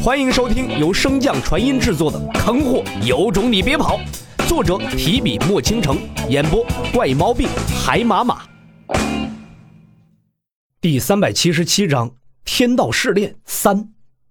欢迎收听由升降传音制作的《坑货有种你别跑》，作者提笔墨倾城，演播怪毛病海马马。第377章天道试炼3。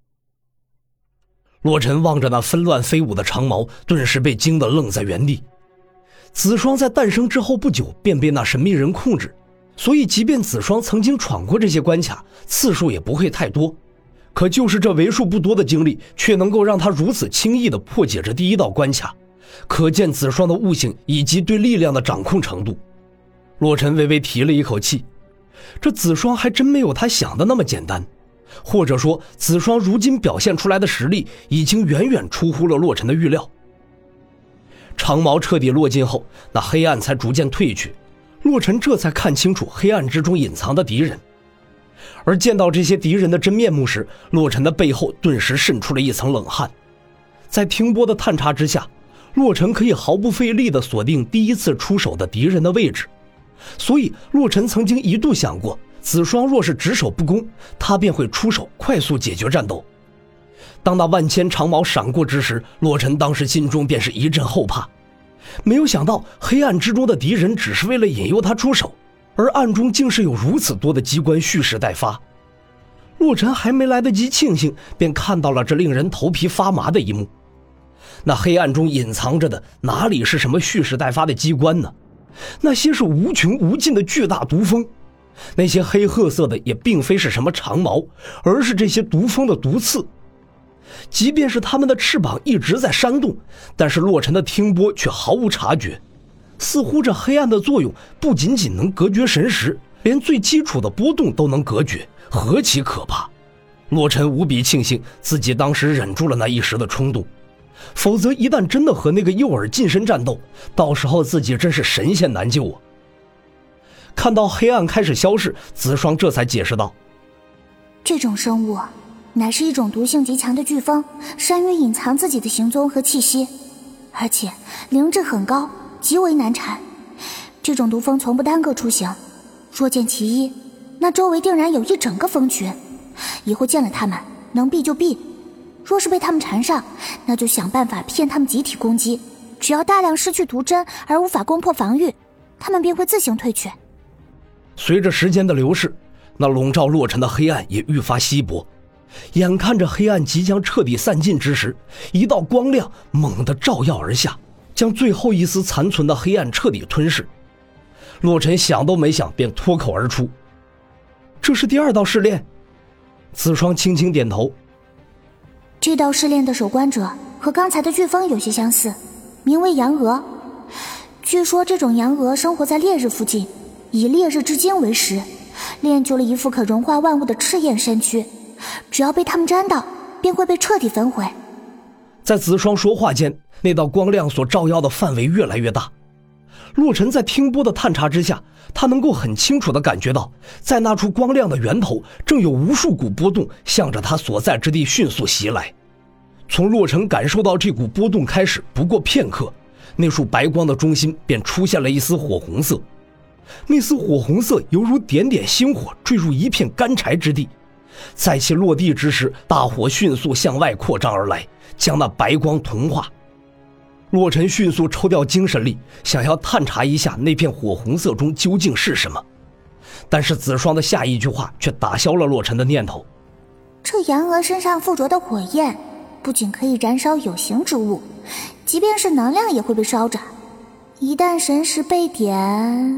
洛尘望着那纷乱飞舞的长矛，顿时被惊得愣在原地。子双在诞生之后不久便被那神秘人控制，所以即便子双曾经闯过这些关卡，次数也不会太多。可就是这为数不多的经历，却能够让他如此轻易地破解这第一道关卡，可见子双的悟性以及对力量的掌控程度。洛尘微微提了一口气，这子双还真没有他想的那么简单，或者说子双如今表现出来的实力已经远远出乎了洛尘的预料。长矛彻底落尽后，那黑暗才逐渐退去，洛尘这才看清楚黑暗之中隐藏的敌人。而见到这些敌人的真面目时，洛尘的背后顿时渗出了一层冷汗。在听波的探查之下，洛尘可以毫不费力地锁定第一次出手的敌人的位置，所以洛尘曾经一度想过，子双若是只守不攻，他便会出手快速解决战斗。当那万千长矛闪过之时，洛尘当时心中便是一阵后怕，没有想到黑暗之中的敌人只是为了引诱他出手，而暗中竟是有如此多的机关蓄势待发。洛尘还没来得及庆幸，便看到了这令人头皮发麻的一幕。那黑暗中隐藏着的哪里是什么蓄势待发的机关呢？那些是无穷无尽的巨大毒蜂，那些黑褐色的也并非是什么长矛，而是这些毒蜂的毒刺。即便是他们的翅膀一直在扇动，但是洛尘的听波却毫无察觉，似乎这黑暗的作用不仅仅能隔绝神识，连最基础的波动都能隔绝，何其可怕！洛尘无比庆幸自己当时忍住了那一时的冲动，否则一旦真的和那个诱饵近身战斗，到时候自己真是神仙难救啊！看到黑暗开始消逝，子双这才解释道： 这种生物乃是一种毒性极强的飓风，善于隐藏自己的行踪和气息，而且灵智很高，极为难缠。这种毒蜂从不单个出行，若见其一，那周围定然有一整个蜂群，以后见了他们，能避就避，若是被他们缠上，那就想办法骗他们集体攻击，只要大量失去毒针而无法攻破防御，他们便会自行退却。 随着时间的流逝，那笼罩洛尘的黑暗也愈发稀薄，眼看着黑暗即将彻底散尽之时，一道光亮猛地照耀而下，将最后一丝残存的黑暗彻底吞噬。洛尘想都没想便脱口而出：这是第二道试炼。子双轻轻点头： 这道试炼的守关者和刚才的飓风有些相似，名为阳蛾。据说这种阳蛾生活在烈日附近，以烈日之精为食，练就了一副可融化万物的赤焰身躯，只要被他们沾到，便会被彻底焚毁。 在子双说话间，那道光亮所照耀的范围越来越大。洛尘在听波的探查之下，他能够很清楚地感觉到，在那处光亮的源头，正有无数股波动向着他所在之地迅速袭来。从洛尘感受到这股波动开始，不过片刻，那束白光的中心便出现了一丝火红色。那丝火红色犹如点点星火坠入一片干柴之地，在其落地之时，大火迅速向外扩张而来，将那白光同化。洛尘迅速抽调精神力，想要探查一下那片火红色中究竟是什么，但是子双的下一句话却打消了洛尘的念头： 这阳蛾身上附着的火焰不仅可以燃烧有形之物，即便是能量也会被烧着，一旦神识被点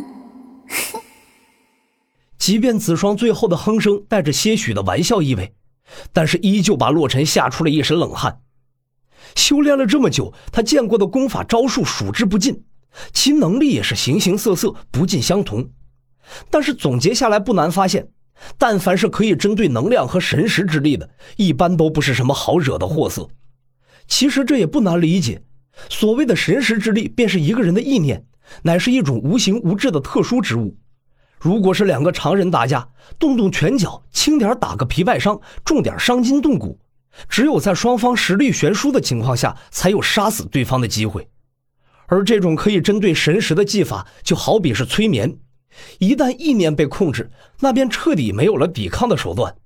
即便子双最后的哼声带着些许的玩笑意味，但是依旧把洛尘吓出了一身冷汗。修炼了这么久，他见过的功法招数数之不尽，其能力也是形形色色，不尽相同。但是总结下来不难发现，但凡是可以针对能量和神识之力的，一般都不是什么好惹的货色。其实这也不难理解，所谓的神识之力便是一个人的意念，乃是一种无形无质的特殊之物。如果是两个常人打架，动动拳脚，轻点打个皮外伤，重点伤筋动骨，只有在双方实力悬殊的情况下，才有杀死对方的机会。而这种可以针对神识的技法，就好比是催眠，一旦意念被控制，那便彻底没有了抵抗的手段。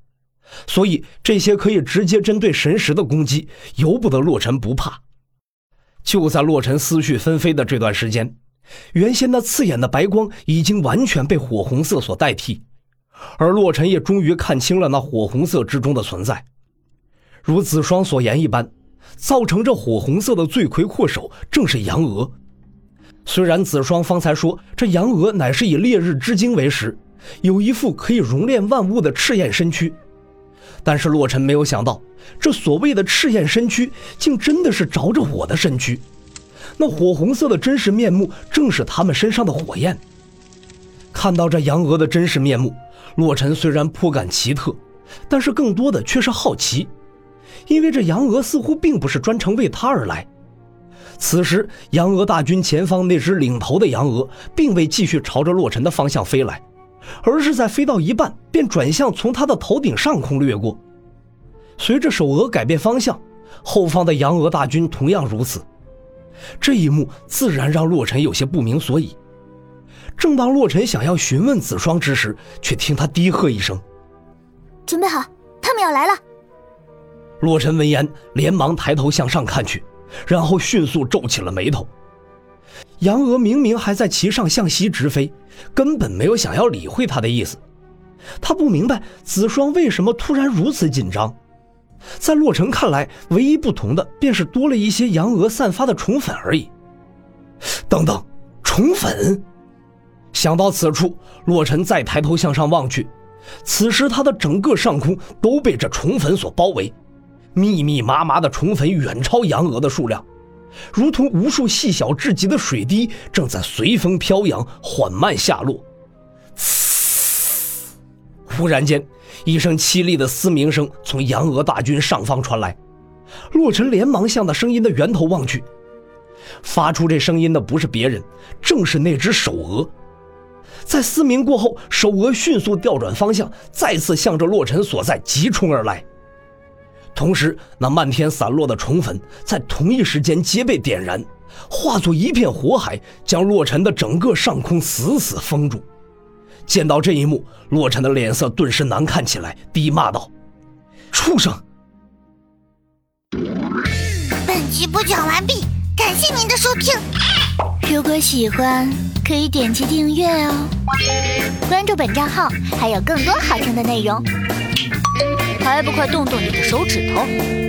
所以这些可以直接针对神识的攻击，由不得洛尘不怕。就在洛尘思绪纷飞的这段时间，原先那刺眼的白光已经完全被火红色所代替，而洛尘也终于看清了那火红色之中的存在。如子双所言一般，造成这火红色的罪魁祸首正是阳娥。虽然子双方才说这阳娥乃是以烈日之精为食，有一副可以熔炼万物的赤焰身躯，但是洛尘没有想到，这所谓的赤焰身躯竟真的是着着火的身躯。那火红色的真实面目正是他们身上的火焰。看到这阳娥的真实面目，洛尘虽然颇感奇特，但是更多的却是好奇，因为这阳娥似乎并不是专程为他而来。此时阳娥大军前方那只领头的阳娥并未继续朝着洛尘的方向飞来，而是在飞到一半便转向从他的头顶上空掠过。随着手额改变方向，后方的阳娥大军同样如此。这一幕自然让洛尘有些不明所以。正当洛尘想要询问子双之时，却听他低喝一声：“ 准备好，他们要来了。” 洛尘闻言连忙抬头向上看去，然后迅速皱起了眉头。阳娥明明还在其上向西直飞，根本没有想要理会他的意思。他不明白子双为什么突然如此紧张。在洛尘看来，唯一不同的便是多了一些阳娥散发的虫粉而已。等等，虫粉？想到此处，洛尘再抬头向上望去，此时他的整个上空都被这虫粉所包围，密密麻麻的虫粉远超阳娥的数量，如同无数细小至极的水滴正在随风飘扬，缓慢下落。忽然间，一声凄厉的嘶鸣声从阳娥大军上方传来，洛尘连忙向那声音的源头望去。发出这声音的不是别人，正是那只手鹅。在嘶鸣过后，手鹅迅速调转方向，再次向着洛尘所在急冲而来。同时，那漫天散落的虫粉在同一时间皆被点燃，化作一片火海，将洛尘的整个上空死死封住。见到这一幕，洛尘的脸色顿时难看起来，低骂道：“畜生！” 本集播讲完毕，感谢您的收听。如果喜欢，可以点击订阅哦，关注本账号还有更多好听的内容。还不快动动你的手指头！